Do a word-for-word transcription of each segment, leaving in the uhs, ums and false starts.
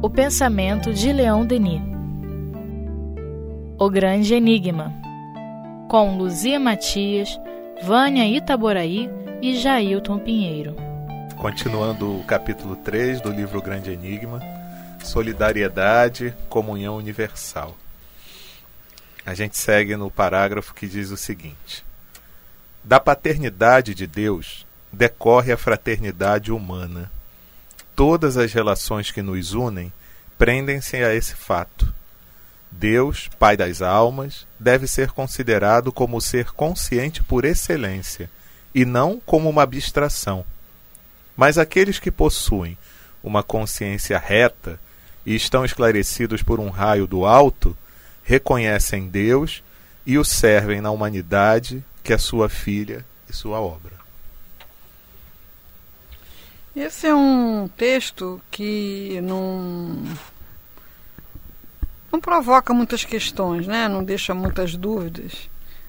O pensamento de Leon Denis. O Grande Enigma, com Luzia Matias, Vânia Itaboraí e Jailton Pinheiro. Continuando o capítulo três do livro Grande Enigma, Solidariedade, Comunhão Universal. A gente segue no parágrafo que diz o seguinte: da paternidade de Deus decorre a fraternidade humana. Todas as relações que nos unem prendem-se a esse fato. Deus, Pai das almas, deve ser considerado como o ser consciente por excelência, e não como uma abstração. Mas aqueles que possuem uma consciência reta e estão esclarecidos por um raio do alto, reconhecem Deus e o servem na humanidade que é sua filha e sua obra. Esse é um texto que não, não provoca muitas questões, né? Não deixa muitas dúvidas.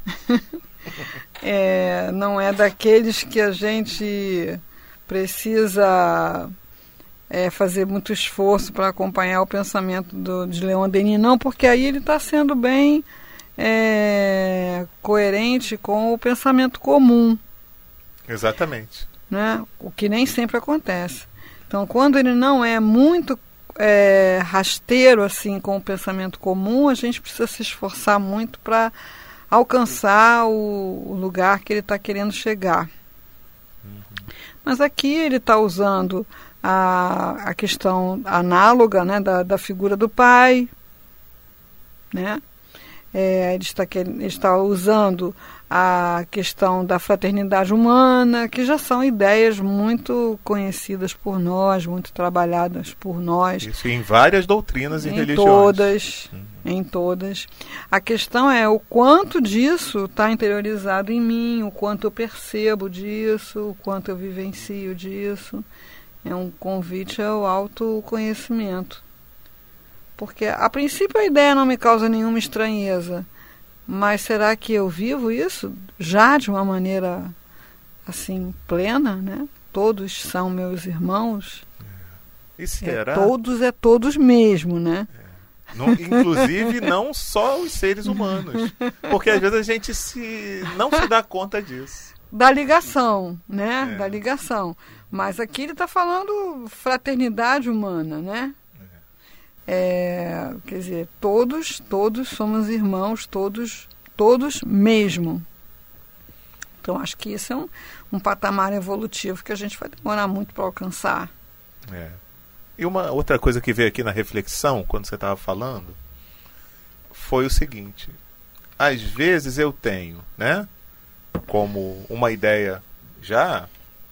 É, não é daqueles que a gente precisa é, fazer muito esforço para acompanhar o pensamento do, de Leon Denis, não, porque aí ele está sendo bem é, coerente com o pensamento comum. Exatamente. Né? O que nem sempre acontece. Então, quando ele não é muito é, rasteiro assim com o pensamento comum, a gente precisa se esforçar muito para alcançar o, o lugar que ele está querendo chegar. Uhum. Mas aqui ele está usando a, a questão análoga, né, da, da figura do pai, né? É, ele, está, ele está usando a questão da fraternidade humana, que já são ideias muito conhecidas por nós, muito trabalhadas por nós. Isso em várias doutrinas e em religiões. Todas, uhum. Em todas. A questão é o quanto disso está interiorizado em mim, o quanto eu percebo disso, o quanto eu vivencio disso. É um convite ao autoconhecimento. Porque, a princípio, a ideia não me causa nenhuma estranheza. Mas será que eu vivo isso já de uma maneira assim plena, né? Todos são meus irmãos. É. E será? É, todos é todos mesmo, né? É. Não, inclusive não só os seres humanos, porque às vezes a gente se não se dá conta disso. Da ligação, né? É. Da ligação. Mas aqui ele está falando fraternidade humana, né? É, quer dizer, todos, todos somos irmãos, todos, todos mesmo. Então, acho que isso é um, um patamar evolutivo que a gente vai demorar muito para alcançar. É. E uma outra coisa que veio aqui na reflexão, quando você estava falando, foi o seguinte: às vezes eu tenho, né, como uma ideia já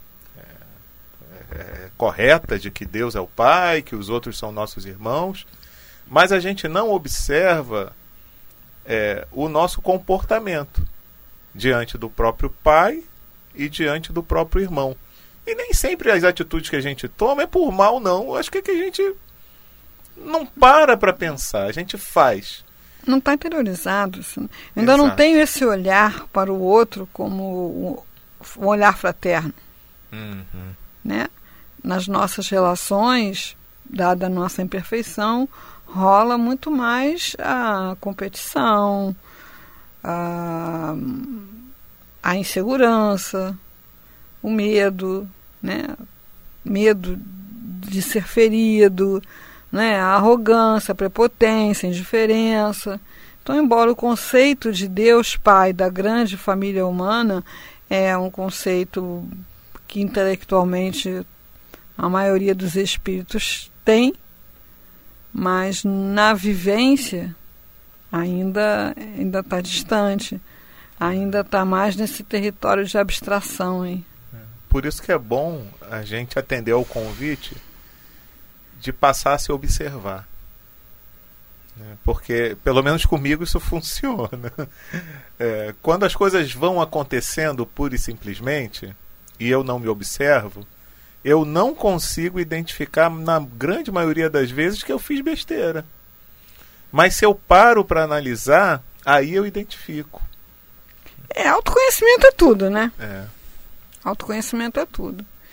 É, correta de que Deus é o Pai, que os outros são nossos irmãos, mas a gente não observa é, o nosso comportamento diante do próprio Pai e diante do próprio irmão. E nem sempre as atitudes que a gente toma é por mal, não. Acho que, é que a gente não para para pensar, a gente faz. Não está interiorizado. Assim. Eu ainda Exato. Não tenho esse olhar para o outro como um olhar fraterno. Uhum. Né? Nas nossas relações, dada a nossa imperfeição, rola muito mais a competição, a, a insegurança, o medo, né? Medo de ser ferido, né? A arrogância, a prepotência, a indiferença. Então, embora o conceito de Deus Pai da grande família humana é um conceito que intelectualmente a maioria dos espíritos tem, mas na vivência ainda ainda está distante, ainda está mais nesse território de abstração. Hein? Por isso que é bom a gente atender ao convite de passar a se observar. Porque, pelo menos comigo, isso funciona. É, quando as coisas vão acontecendo pura e simplesmente, e eu não me observo, eu não consigo identificar, na grande maioria das vezes, que eu fiz besteira. Mas se eu paro para analisar, aí eu identifico. É, autoconhecimento é tudo, né? É. Autoconhecimento é tudo.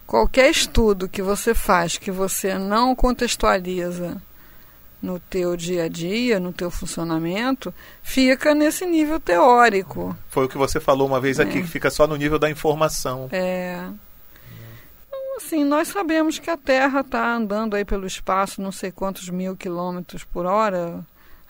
qualquer estudo que você faz que você não contextualiza no teu dia a dia, no teu funcionamento, fica nesse nível teórico. Foi o que você falou uma vez aqui, é. que fica só no nível da informação. É. Então, assim, nós sabemos que a Terra está andando aí pelo espaço não sei quantos mil quilômetros por hora.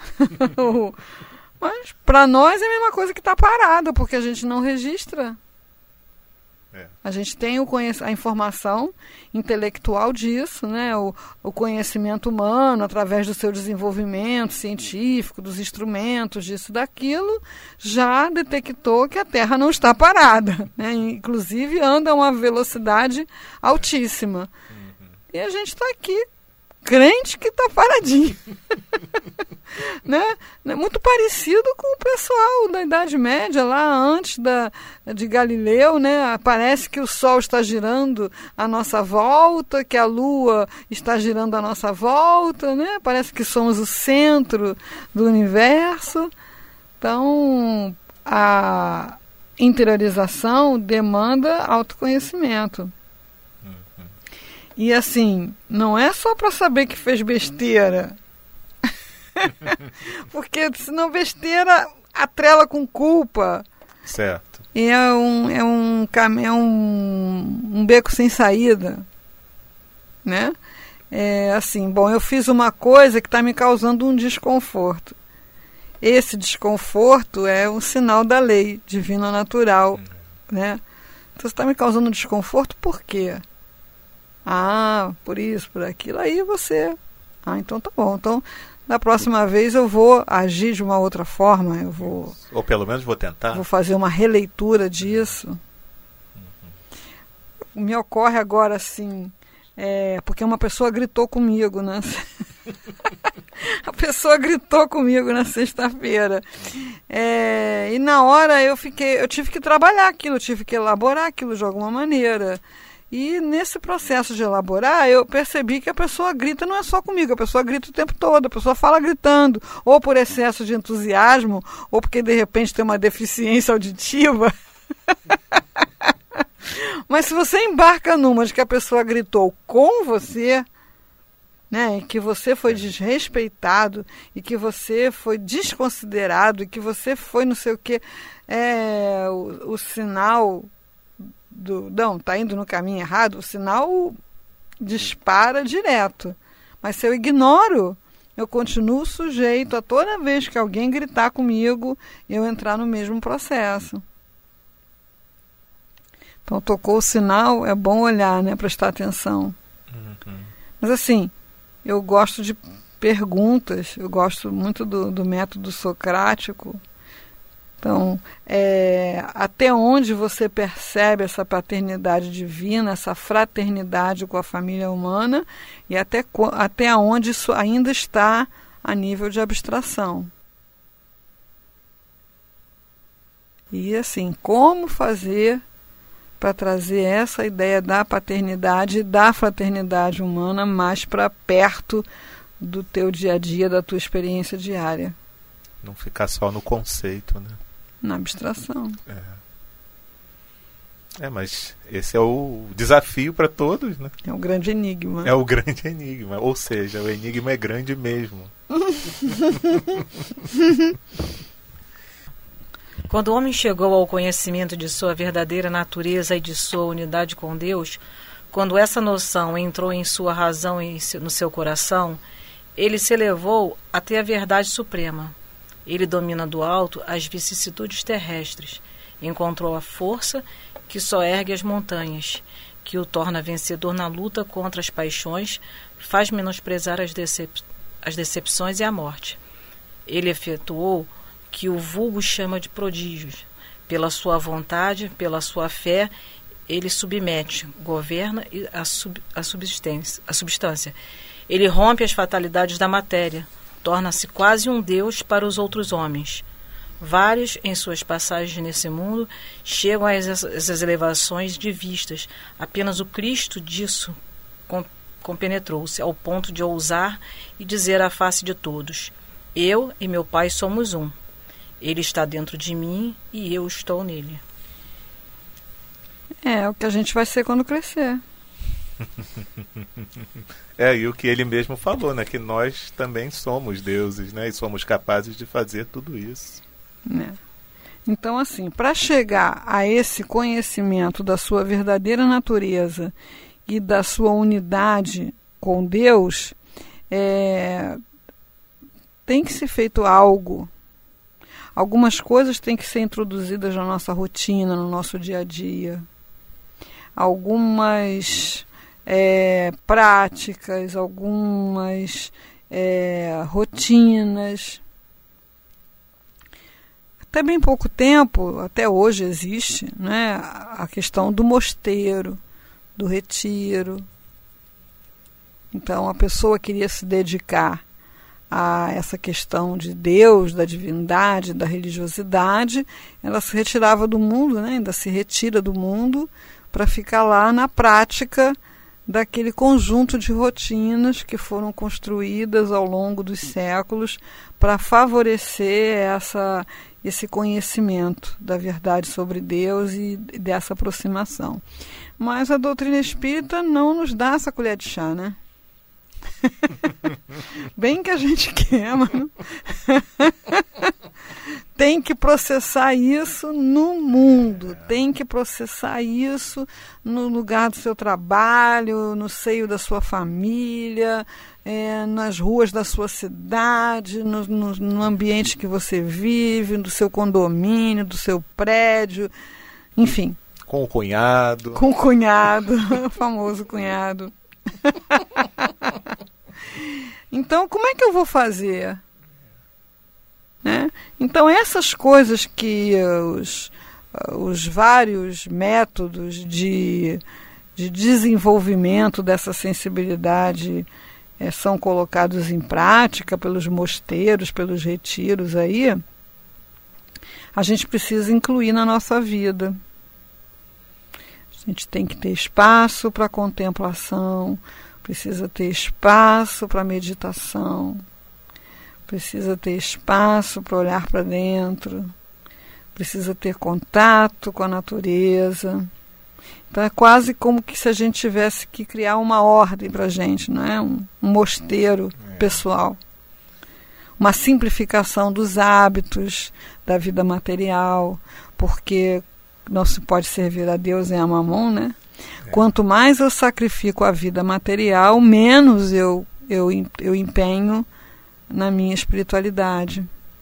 Mas para nós é a mesma coisa que está parada, porque a gente não registra. É. A gente tem o conhec- a informação intelectual disso, né? o, o conhecimento humano, através do seu desenvolvimento científico, dos instrumentos, disso e daquilo, já detectou que a Terra não está parada, né? Inclusive anda a uma velocidade altíssima. Uhum. E a gente está aqui, crente que está paradinho. Né? Muito parecido com o pessoal da Idade Média, lá antes da, de Galileu, né? Parece que o Sol está girando à nossa volta, que a Lua está girando à nossa volta, né? Parece que somos o centro do universo. Então, a interiorização demanda autoconhecimento. E assim, não é só para saber que fez besteira. Porque senão besteira atrela com culpa. Certo. E é um, é um, é um, um beco sem saída. Né? É assim, bom, eu fiz uma coisa que está me causando um desconforto. Esse desconforto é um sinal da lei divina natural. Uhum. Né? Então você está me causando um desconforto por quê? Ah, por isso, por aquilo. Aí você... Ah, então tá bom. Então, da próxima vez eu vou agir de uma outra forma. Eu vou... Ou pelo menos vou tentar. Vou fazer uma releitura disso. Uhum. Me ocorre agora, assim... É, porque uma pessoa gritou comigo, né? A pessoa gritou comigo na sexta-feira. É, e na hora eu fiquei... Eu tive que trabalhar aquilo, eu tive que elaborar aquilo de alguma maneira. E nesse processo de elaborar, eu percebi que a pessoa grita não é só comigo, a pessoa grita o tempo todo, a pessoa fala gritando, ou por excesso de entusiasmo, ou porque de repente tem uma deficiência auditiva. Mas se você embarca numa de que a pessoa gritou com você, né, e que você foi desrespeitado, e que você foi desconsiderado, e que você foi não sei o que, é, o, o sinal... Do, não, está indo no caminho errado, o sinal dispara direto. Mas se eu ignoro, eu continuo sujeito a toda vez que alguém gritar comigo, eu entrar no mesmo processo. Então, tocou o sinal, é bom olhar, né, prestar atenção. Uhum. Mas assim, eu gosto de perguntas, eu gosto muito do, do método socrático. Então, é, até onde você percebe essa paternidade divina, essa fraternidade com a família humana, e até, até onde isso ainda está a nível de abstração. E assim, como fazer para trazer essa ideia da paternidade e da fraternidade humana mais para perto do teu dia a dia, da tua experiência diária. Não ficar só no conceito, né? Na abstração. É. é, mas esse é o desafio para todos, né? É o grande enigma. É o grande enigma, ou seja, o enigma é grande mesmo. Quando o homem chegou ao conhecimento de sua verdadeira natureza e de sua unidade com Deus, quando essa noção entrou em sua razão e no seu coração, ele se elevou até a verdade suprema. Ele domina do alto as vicissitudes terrestres. Encontrou a força que só ergue as montanhas, que o torna vencedor na luta contra as paixões, faz menosprezar as, decep- as decepções e a morte. Ele efetuou que o vulgo chama de prodígios. Pela sua vontade, pela sua fé, ele submete, governa a, sub- a, substância, a substância. Ele rompe as fatalidades da matéria, torna-se quase um Deus para os outros homens. Vários, em suas passagens nesse mundo, chegam a essas elevações de vistas. Apenas o Cristo disso compenetrou-se, ao ponto de ousar e dizer à face de todos: eu e meu Pai somos um. Ele está dentro de mim e eu estou nele. É, o que a gente vai ser quando crescer. É, e o que ele mesmo falou, né? Que nós também somos deuses, né? E somos capazes de fazer tudo isso. É. Então, assim, para chegar a esse conhecimento da sua verdadeira natureza e da sua unidade com Deus, é, tem que ser feito algo. Algumas coisas têm que ser introduzidas na nossa rotina, no nosso dia a dia. Algumas é, práticas, algumas é, rotinas. Até bem pouco tempo, até hoje existe, né, a questão do mosteiro, do retiro. Então a pessoa queria se dedicar a essa questão de Deus, da divindade, da religiosidade, ela se retirava do mundo, né, ainda se retira do mundo para ficar lá na prática daquele conjunto de rotinas que foram construídas ao longo dos séculos para favorecer essa, esse conhecimento da verdade sobre Deus e dessa aproximação. Mas a doutrina espírita não nos dá essa colher de chá, né? Bem que a gente quer, mano. Tem que processar isso no mundo, tem que processar isso no lugar do seu trabalho, no seio da sua família, é, nas ruas da sua cidade, no, no, no ambiente que você vive, do seu condomínio, do seu prédio, enfim. Com o cunhado. Com o cunhado, o famoso cunhado. Então, como é que eu vou fazer? Né? Então, essas coisas que os, os vários métodos de, de desenvolvimento dessa sensibilidade é, são colocados em prática pelos mosteiros, pelos retiros aí, a gente precisa incluir na nossa vida. A gente tem que ter espaço para contemplação, precisa ter espaço para meditação, precisa ter espaço para olhar para dentro, precisa ter contato com a natureza. Então é quase como que se a gente tivesse que criar uma ordem para a gente, não é? Um, um mosteiro pessoal. Uma simplificação dos hábitos da vida material, porque não se pode servir a Deus em Mamon, né? É. Quanto mais eu sacrifico a vida material, menos eu, eu, eu empenho na minha espiritualidade.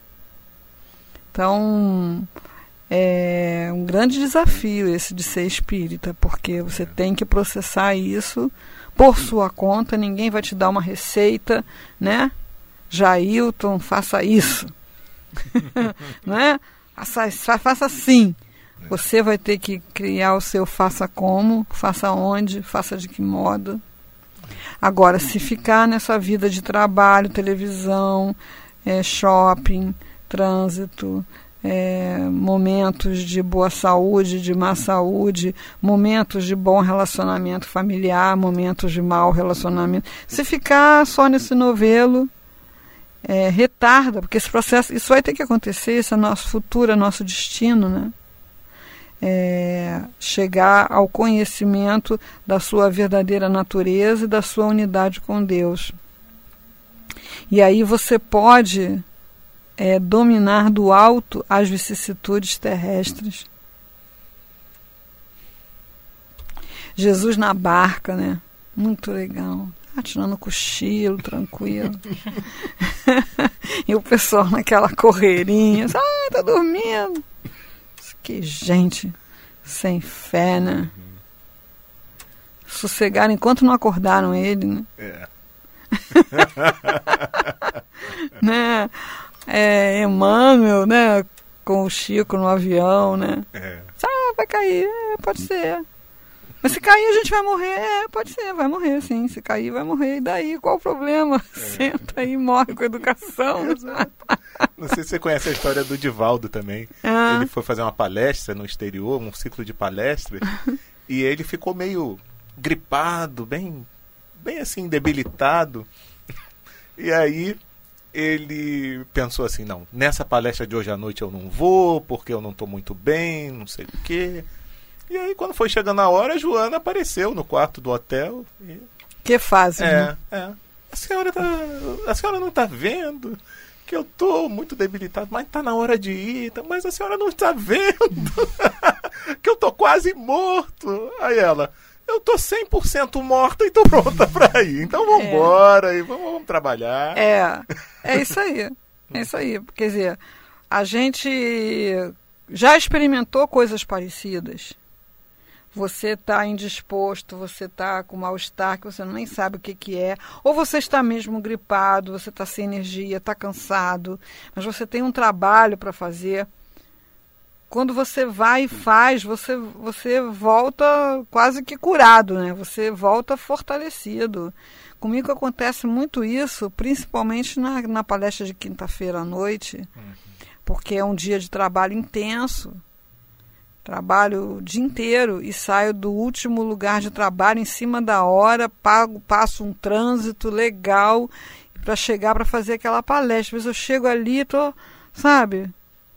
Então, é um grande desafio esse de ser espírita, porque você é. tem que processar isso por sua conta, ninguém vai te dar uma receita, né? Jailton, faça isso. Né? Faça, faça assim. Você vai ter que criar o seu faça como, faça onde, faça de que modo. Agora, se ficar nessa vida de trabalho, televisão, é, shopping, trânsito, é, momentos de boa saúde, de má saúde, momentos de bom relacionamento familiar, momentos de mau relacionamento, se ficar só nesse novelo, é, retarda, porque esse processo, isso vai ter que acontecer, esse é nosso futuro, é nosso destino, né? É, chegar ao conhecimento da sua verdadeira natureza e da sua unidade com Deus. E aí você pode é, dominar do alto as vicissitudes terrestres. Jesus na barca, né? Muito legal. Ah, tirando cochilo, tranquilo. E o pessoal naquela correirinha. Ah, tá dormindo. Que gente sem fé, né? Uhum. Sossegaram enquanto não acordaram ele, né? É. Né? É, Emmanuel, né? Com o Chico no avião, né? É. Ah, vai cair, é, pode ser. Mas se cair a gente vai morrer, é, pode ser, vai morrer, sim. Se cair vai morrer, e daí qual o problema? É. Senta aí e morre com educação. Exato. Não sei se você conhece a história do Divaldo também. Ah. Ele foi fazer uma palestra no exterior, um ciclo de palestras, e ele ficou meio gripado, bem, bem assim, debilitado. E aí ele pensou assim, não, nessa palestra de hoje à noite eu não vou, porque eu não estou muito bem, não sei o quê. E aí, quando foi chegando a hora, a Joana apareceu no quarto do hotel. E... Que fase, é, né? É. A senhora, tá, a senhora não está vendo que eu estou muito debilitado, mas está na hora de ir. Mas a senhora não está vendo que eu estou quase morto. Aí ela, eu estou cem por cento morta e estou pronta para ir. Então vamos embora é. e vamos, vamos trabalhar. É, é isso aí. É isso aí. Quer dizer, a gente já experimentou coisas parecidas. Você está indisposto, você está com mal-estar, que você nem sabe o que, que é, ou você está mesmo gripado, você está sem energia, está cansado, mas você tem um trabalho para fazer. Quando você vai e faz, você, você volta quase que curado, né? Você volta fortalecido. Comigo acontece muito isso, principalmente na, na palestra de quinta-feira à noite, porque é um dia de trabalho intenso. Trabalho o dia inteiro e saio do último lugar de trabalho em cima da hora, pago, passo um trânsito legal para chegar para fazer aquela palestra. Às vezes eu chego ali e tô, sabe,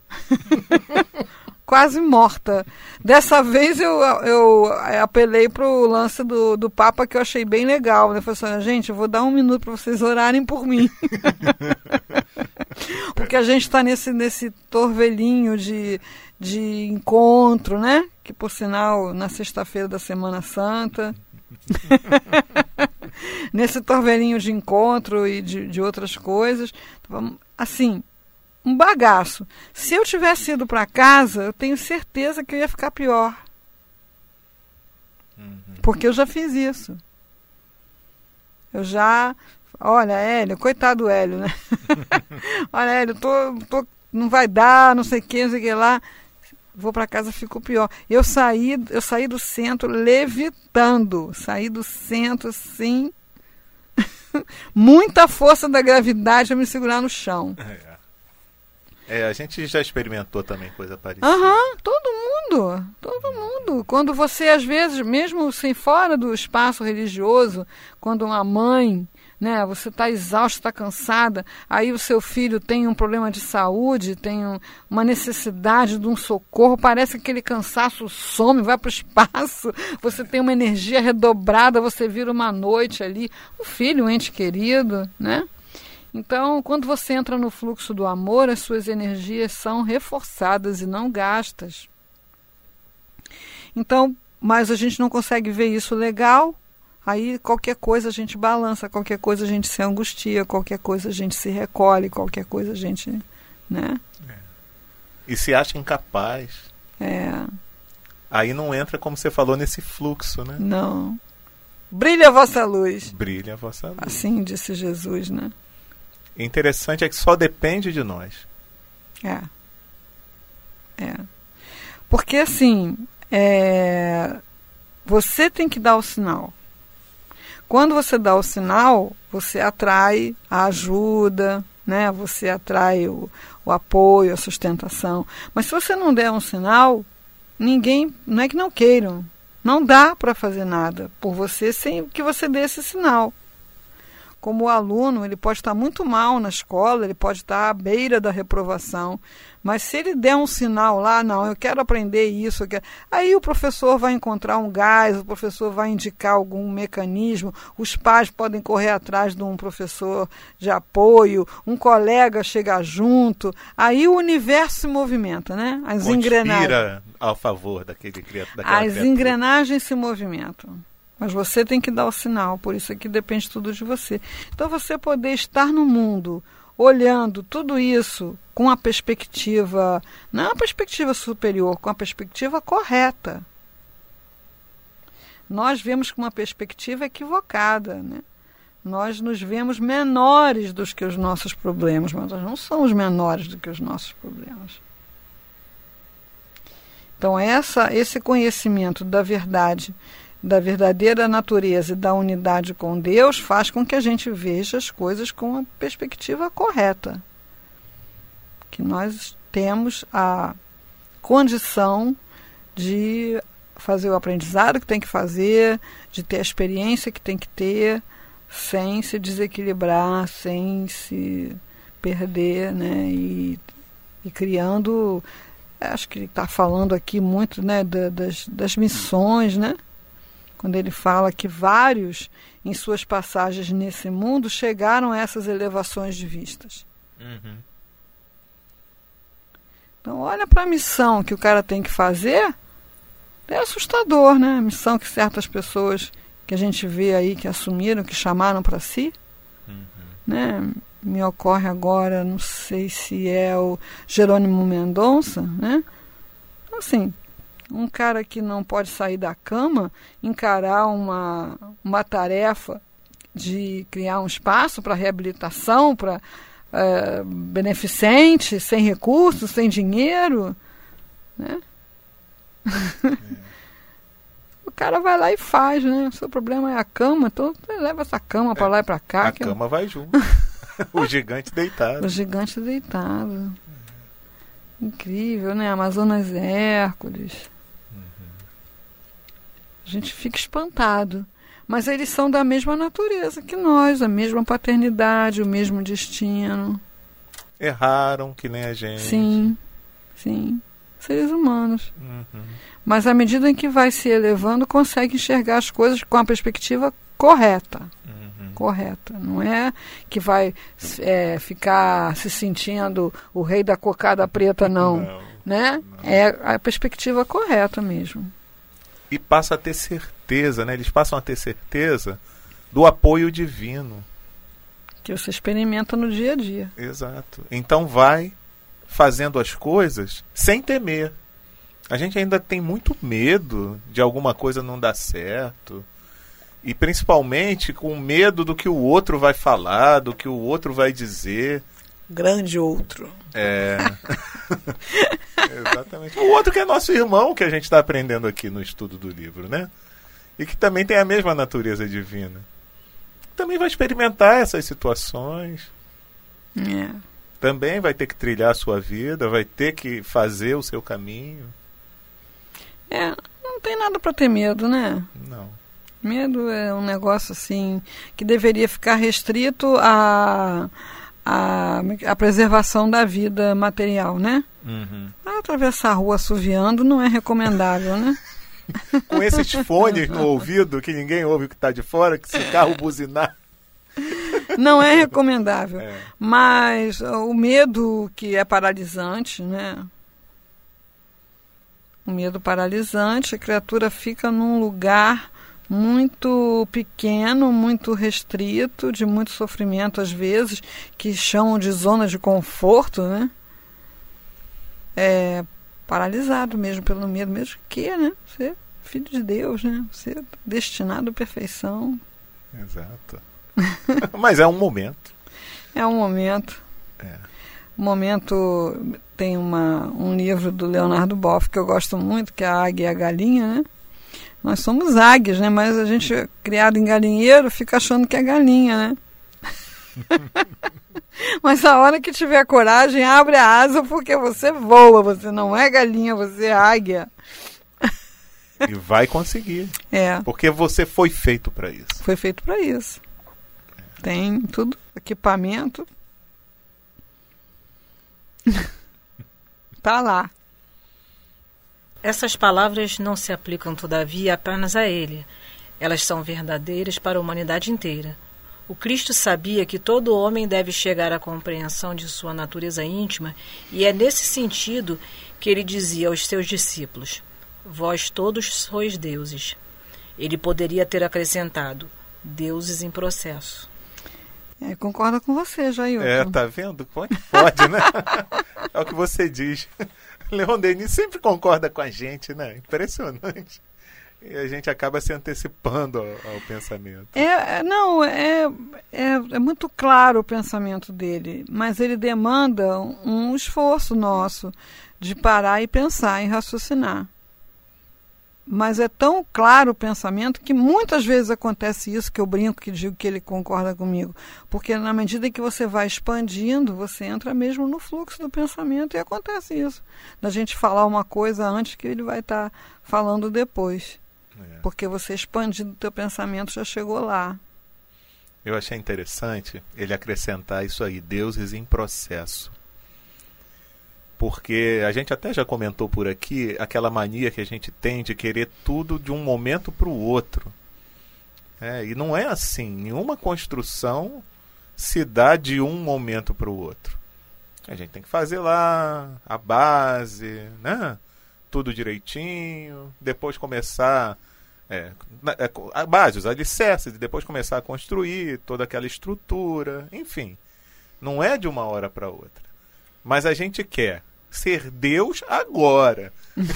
quase morta. Dessa vez eu, eu apelei para o lance do, do Papa, que eu achei bem legal. Eu falei assim, gente, eu vou dar um minuto para vocês orarem por mim. Porque a gente está nesse, nesse torvelinho de... de encontro, né? Que, por sinal, na sexta-feira da Semana Santa, nesse torvelinho de encontro e de, de outras coisas, assim, um bagaço. Se eu tivesse ido para casa, eu tenho certeza que eu ia ficar pior. Porque eu já fiz isso. Eu já... Olha, Hélio, coitado do Hélio, né? Olha, Hélio, tô, tô, não vai dar, não sei o que, não sei o que lá. Vou para casa, ficou pior. Eu saí, eu saí do centro levitando. Saí do centro, assim. Muita força da gravidade para me segurar no chão. É. É, a gente já experimentou também coisa parecida. Aham, uhum, todo mundo. Todo mundo. Quando você, às vezes, mesmo sem fora do espaço religioso, quando uma mãe... né, você está exausta, está cansada, aí o seu filho tem um problema de saúde, tem um, uma necessidade de um socorro, parece que aquele cansaço some, vai para o espaço, você tem uma energia redobrada, você vira uma noite ali, o filho, um ente querido, né? Então, quando você entra no fluxo do amor, as suas energias são reforçadas e não gastas. Então, mas a gente não consegue ver isso legal. Aí qualquer coisa a gente balança, qualquer coisa a gente se angustia, qualquer coisa a gente se recolhe, qualquer coisa a gente, né? É. E se acha incapaz. É. Aí não entra, como você falou, nesse fluxo, né? Não. Brilha a vossa luz. Brilha a vossa luz. Assim disse Jesus, né? O interessante é que só depende de nós. É. É. Porque assim, é... você tem que dar o sinal. Quando você dá o sinal, você atrai a ajuda, né? Você atrai o, o apoio, a sustentação. Mas se você não der um sinal, ninguém, não é que não queiram, não dá para fazer nada por você sem que você dê esse sinal. Como o aluno, ele pode estar muito mal na escola, ele pode estar à beira da reprovação, mas se ele der um sinal lá, não, eu quero aprender isso, eu quero... aí o professor vai encontrar um gás, o professor vai indicar algum mecanismo, os pais podem correr atrás de um professor de apoio, um colega chega junto, aí o universo se movimenta, né? As engrenagens... Conspira ao favor daquele criatura. As criatura. engrenagens se movimentam. Mas você tem que dar o sinal, por isso é que depende tudo de você. Então você poder estar no mundo, olhando tudo isso com a perspectiva, não é uma perspectiva superior, com a perspectiva correta. Nós vemos com uma perspectiva equivocada, né? Nós nos vemos menores do que os nossos problemas, mas nós não somos menores do que os nossos problemas. Então essa, esse conhecimento da verdade, da verdadeira natureza e da unidade com Deus faz com que a gente veja as coisas com a perspectiva correta. Que nós temos a condição de fazer o aprendizado que tem que fazer, de ter a experiência que tem que ter, sem se desequilibrar, sem se perder, né? E, e criando acho que ele está falando aqui muito, né, da, das, das missões, né? Quando ele fala que vários, em suas passagens nesse mundo, chegaram a essas elevações de vistas. Uhum. Então, olha para a missão que o cara tem que fazer, é assustador, né? A missão que certas pessoas que a gente vê aí, que assumiram, que chamaram para si, Uhum. né? Me ocorre agora, não sei se é o Jerônimo Mendonça, né? Assim, um cara que não pode sair da cama, encarar uma, uma tarefa de criar um espaço para reabilitação, para é, beneficente, sem recursos, sem dinheiro, né? É. O cara vai lá e faz, né? O seu problema é a cama, então você leva essa cama para é, lá e para cá. A que cama é... vai junto. O gigante deitado. O gigante deitado. Incrível, né? Amazonas Hércules. Uhum. A gente fica espantado. Mas eles são da mesma natureza que nós, a mesma paternidade, o mesmo destino. Erraram que nem a gente. Sim, sim. Seres humanos. Uhum. Mas à medida em que vai se elevando, consegue enxergar as coisas com a perspectiva correta. Uhum. Correta. Não é que vai é, ficar se sentindo o rei da cocada preta, não. Não, né? Não. É a perspectiva correta mesmo. E passa a ter certeza, né? Eles passam a ter certeza do apoio divino. Que você experimenta no dia a dia. Exato. Então vai fazendo as coisas sem temer. A gente ainda tem muito medo de alguma coisa não dar certo. E principalmente com medo do que o outro vai falar, do que o outro vai dizer. Grande outro. É. Exatamente. O outro que é nosso irmão, que a gente está aprendendo aqui no estudo do livro, né? E que também tem a mesma natureza divina. Também vai experimentar essas situações. É. Também vai ter que trilhar a sua vida, vai ter que fazer o seu caminho. É, não tem nada para ter medo, né? Não. Medo é um negócio assim que deveria ficar restrito a A, a preservação da vida material, né? Uhum. Atravessar a rua assoviando não é recomendável, né? Com esses fones no ouvido, que ninguém ouve o que está de fora, que se o carro buzinar... Não é recomendável. É. Mas o medo que é paralisante, né? O medo paralisante, a criatura fica num lugar muito pequeno, muito restrito, de muito sofrimento às vezes, que chamam de zona de conforto, né? É paralisado mesmo pelo medo, mesmo que, né? Você é filho de Deus, né? Você é destinado à perfeição. Exato. Mas é um momento. É um momento. É. Um momento, tem uma, um livro do Leonardo Boff que eu gosto muito, que é A Águia e a Galinha, né? Nós somos águias, né? Mas a gente, criado em galinheiro, fica achando que é galinha, né? Mas a hora que tiver coragem, abre a asa, porque você voa, você não é galinha, você é águia. E vai conseguir. É. Porque você foi feito para isso. Foi feito para isso. Tem tudo, equipamento. Tá lá. Essas palavras não se aplicam, todavia, apenas a ele. Elas são verdadeiras para a humanidade inteira. O Cristo sabia que todo homem deve chegar à compreensão de sua natureza íntima, e é nesse sentido que ele dizia aos seus discípulos: vós todos sois deuses. Ele poderia ter acrescentado: deuses em processo. É, concorda com você, Jailton. É, tá vendo? Como é que pode, né? É o que você diz. Leon Denis sempre concorda com a gente, né? Impressionante. E a gente acaba se antecipando ao, ao pensamento. É, não, é, é, é muito claro o pensamento dele, mas ele demanda um esforço nosso de parar e pensar e raciocinar. Mas é tão claro o pensamento que muitas vezes acontece isso, que eu brinco, que digo que ele concorda comigo. Porque na medida em que você vai expandindo, você entra mesmo no fluxo do pensamento e acontece isso. Da gente falar uma coisa antes que ele vai estar tá falando depois. É. Porque você expandindo o teu pensamento já chegou lá. Eu achei interessante ele acrescentar isso aí, deuses em processo. Porque a gente até já comentou por aqui aquela mania que a gente tem de querer tudo de um momento para o outro. É, e não é assim. Nenhuma construção se dá de um momento para o outro. A gente tem que fazer lá a base, né? Tudo direitinho, depois começar é, a base, os alicerces, e depois começar a construir toda aquela estrutura, enfim. Não é de uma hora para outra. Mas a gente quer ser Deus agora.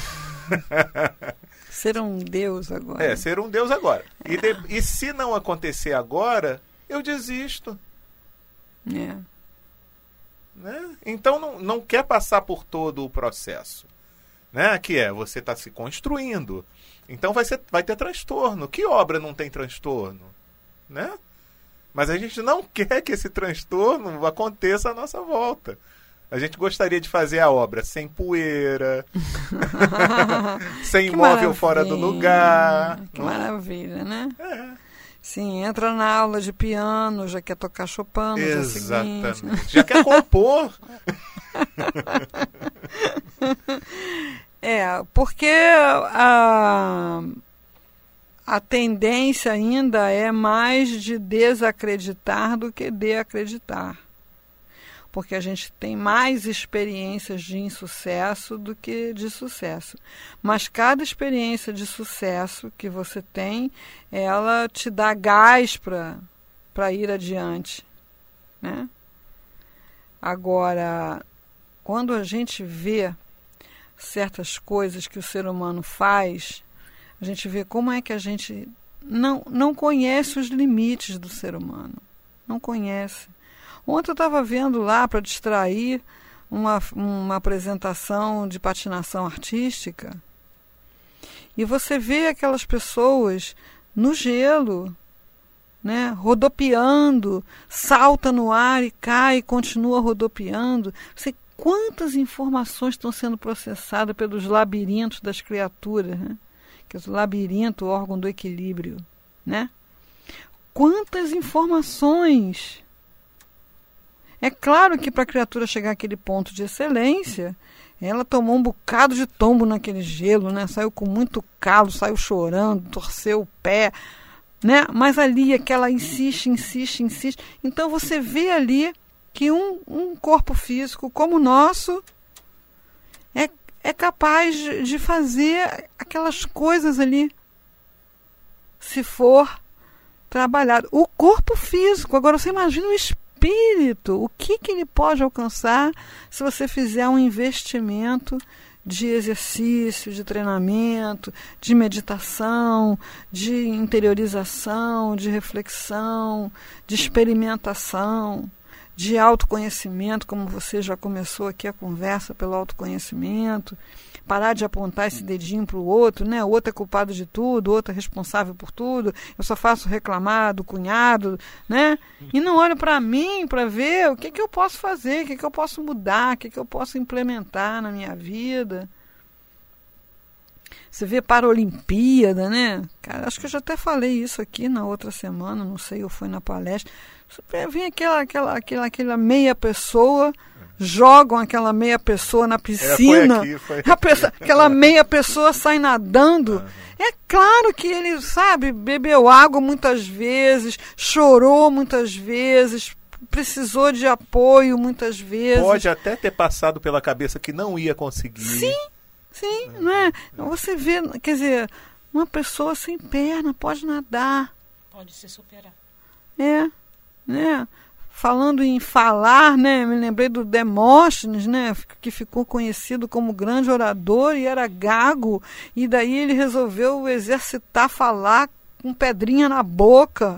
Ser um Deus agora. É, ser um Deus agora. É. E, de, e se não acontecer agora, eu desisto. É. Né? Então não, não quer passar por todo o processo. Né? Que é, você está se construindo. Então vai, ser, vai ter transtorno. Que obra não tem transtorno? Né? Mas a gente não quer que esse transtorno aconteça à nossa volta. A gente gostaria de fazer a obra sem poeira, sem que imóvel fora do lugar. Que não? Maravilha, né? É. Sim, entra na aula de piano, já quer tocar Chopin no dia seguinte, Exatamente. né? Já quer compor. É, porque a, a tendência ainda é mais de desacreditar do que de acreditar. Porque a gente tem mais experiências de insucesso do que de sucesso. Mas cada experiência de sucesso que você tem, ela te dá gás para para ir adiante, né? Agora, quando a gente vê certas coisas que o ser humano faz, a gente vê como é que a gente não, não conhece os limites do ser humano. Não conhece. Ontem eu estava vendo lá, para distrair, uma, uma apresentação de patinação artística. E você vê aquelas pessoas no gelo, né, rodopiando, salta no ar e cai e continua rodopiando. Você, quantas informações estão sendo processadas pelos labirintos das criaturas, né? Que é o labirinto, o órgão do equilíbrio, né? Quantas informações! É claro que para a criatura chegar àquele ponto de excelência, ela tomou um bocado de tombo naquele gelo, né? Saiu com muito calo, saiu chorando, torceu o pé, né? Mas ali aquela insiste, insiste, insiste. Então você vê ali que um, um corpo físico como o nosso é, é capaz de, de fazer aquelas coisas ali, se for trabalhado. O corpo físico, agora você imagina o espírito. Espírito, o que, que ele pode alcançar se você fizer um investimento de exercício, de treinamento, de meditação, de interiorização, de reflexão, de experimentação, de autoconhecimento, como você já começou aqui a conversa pelo autoconhecimento, parar de apontar esse dedinho para o outro, né? O outro é culpado de tudo, o outro é responsável por tudo, eu só faço reclamar do cunhado, né? E não olho para mim para ver o que, que eu posso fazer, o que, que eu posso mudar, o que, que eu posso implementar na minha vida. Você vê para a Olimpíada, né? Cara, acho que eu já até falei isso aqui na outra semana, não sei, ou foi na palestra. Vem aquela, aquela, aquela, aquela meia pessoa, jogam aquela meia pessoa na piscina, é, foi aqui, foi aqui. A pessoa, aquela meia pessoa sai nadando. Uhum. É claro que ele, sabe, bebeu água muitas vezes, chorou muitas vezes, precisou de apoio muitas vezes. Pode até ter passado pela cabeça que não ia conseguir. Sim, sim, uhum. Não é? Você vê, quer dizer, uma pessoa sem perna pode nadar. Pode se superar. É, né? Falando em falar, né, me lembrei do Demóstenes, né, que ficou conhecido como grande orador e era gago, e daí ele resolveu exercitar falar com pedrinha na boca.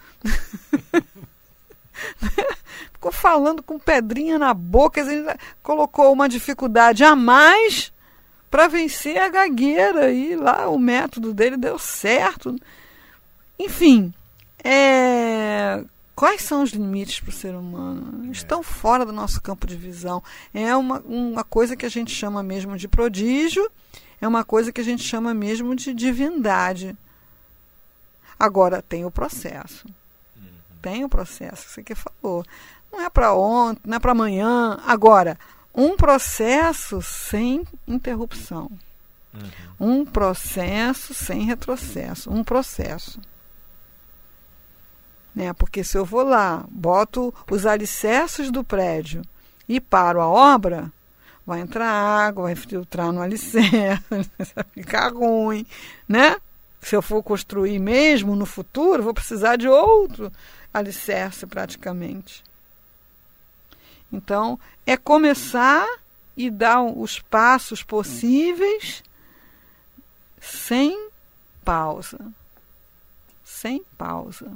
Ficou falando com pedrinha na boca, ele colocou uma dificuldade a mais para vencer a gagueira, e lá o método dele deu certo. Enfim, é... quais são os limites para o ser humano? Estão fora do nosso campo de visão. É uma, uma coisa que a gente chama mesmo de prodígio, é uma coisa que a gente chama mesmo de divindade. Agora, tem o processo. Tem o processo que você que falou. Não é para ontem, não é para amanhã. Agora, um processo sem interrupção. Uhum. Um processo sem retrocesso. Um processo. Né? Porque se eu vou lá, boto os alicerces do prédio e paro a obra, vai entrar água, vai filtrar no alicerce, vai ficar ruim, né? Se eu for construir mesmo no futuro, vou precisar de outro alicerce praticamente. Então, é começar e dar os passos possíveis sem pausa. Sem pausa.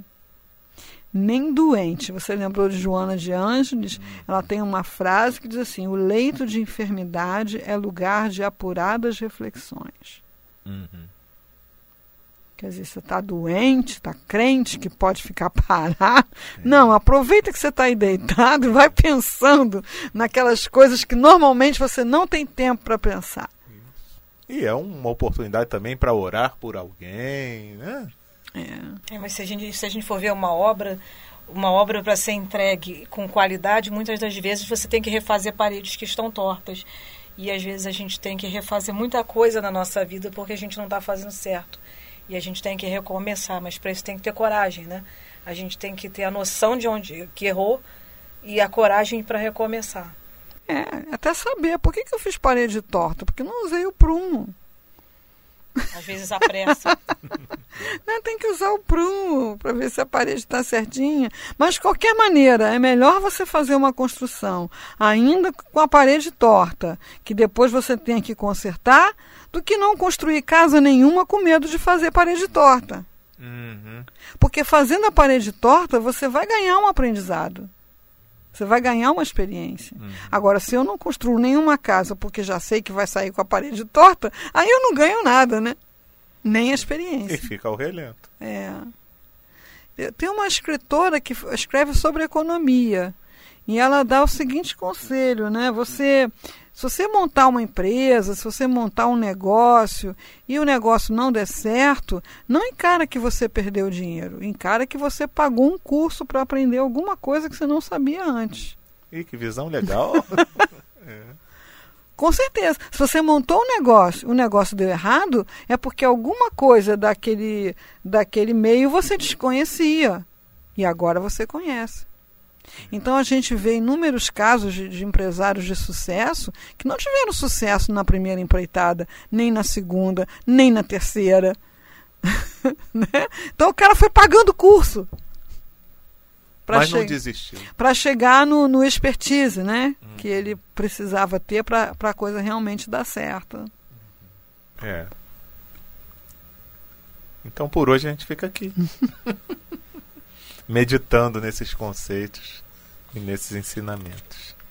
Nem doente. Você lembrou de Joana de Ângeles? Ela tem uma frase que diz assim: o leito de enfermidade é lugar de apuradas reflexões. Uhum. Quer dizer, você está doente, está crente que pode ficar parado. É. Não, aproveita que você está aí deitado e vai pensando naquelas coisas que normalmente você não tem tempo para pensar. E é uma oportunidade também para orar por alguém, né? É. É, mas se a, gente, se a gente for ver uma obra, uma obra para ser entregue com qualidade, muitas das vezes você tem que refazer paredes que estão tortas. E às vezes a gente tem que refazer muita coisa na nossa vida porque a gente não está fazendo certo. E a gente tem que recomeçar, mas para isso tem que ter coragem, né? A gente tem que ter a noção de onde que errou e a coragem para recomeçar. É, até saber. Por que, que eu fiz parede torta? Porque não usei o prumo. Às vezes a pressa. Não, tem que usar o prumo para ver se a parede está certinha. Mas, de qualquer maneira, é melhor você fazer uma construção ainda com a parede torta, que depois você tenha que consertar, do que não construir casa nenhuma com medo de fazer parede torta. Uhum. Porque fazendo a parede torta, você vai ganhar um aprendizado. Você vai ganhar uma experiência. Uhum. Agora, se eu não construo nenhuma casa porque já sei que vai sair com a parede torta, aí eu não ganho nada, né? Nem a experiência. E fica ao relento. É. Tem uma escritora que escreve sobre economia. E ela dá o seguinte conselho, né? Você, se você montar uma empresa, se você montar um negócio e o negócio não der certo, não encara que você perdeu dinheiro, encara que você pagou um curso para aprender alguma coisa que você não sabia antes. E que visão legal! É. Com certeza. Se você montou um negócio, o negócio deu errado, é porque alguma coisa daquele, daquele meio você desconhecia e agora você conhece. Então a gente vê inúmeros casos de, de empresários de sucesso que não tiveram sucesso na primeira empreitada, nem na segunda, nem na terceira. Né? Então o cara foi pagando curso. Mas não desistiu. Para chegar no, no expertise, né? Hum. Que ele precisava ter para a coisa realmente dar certo. É. Então por hoje a gente fica aqui. Meditando nesses conceitos e nesses ensinamentos.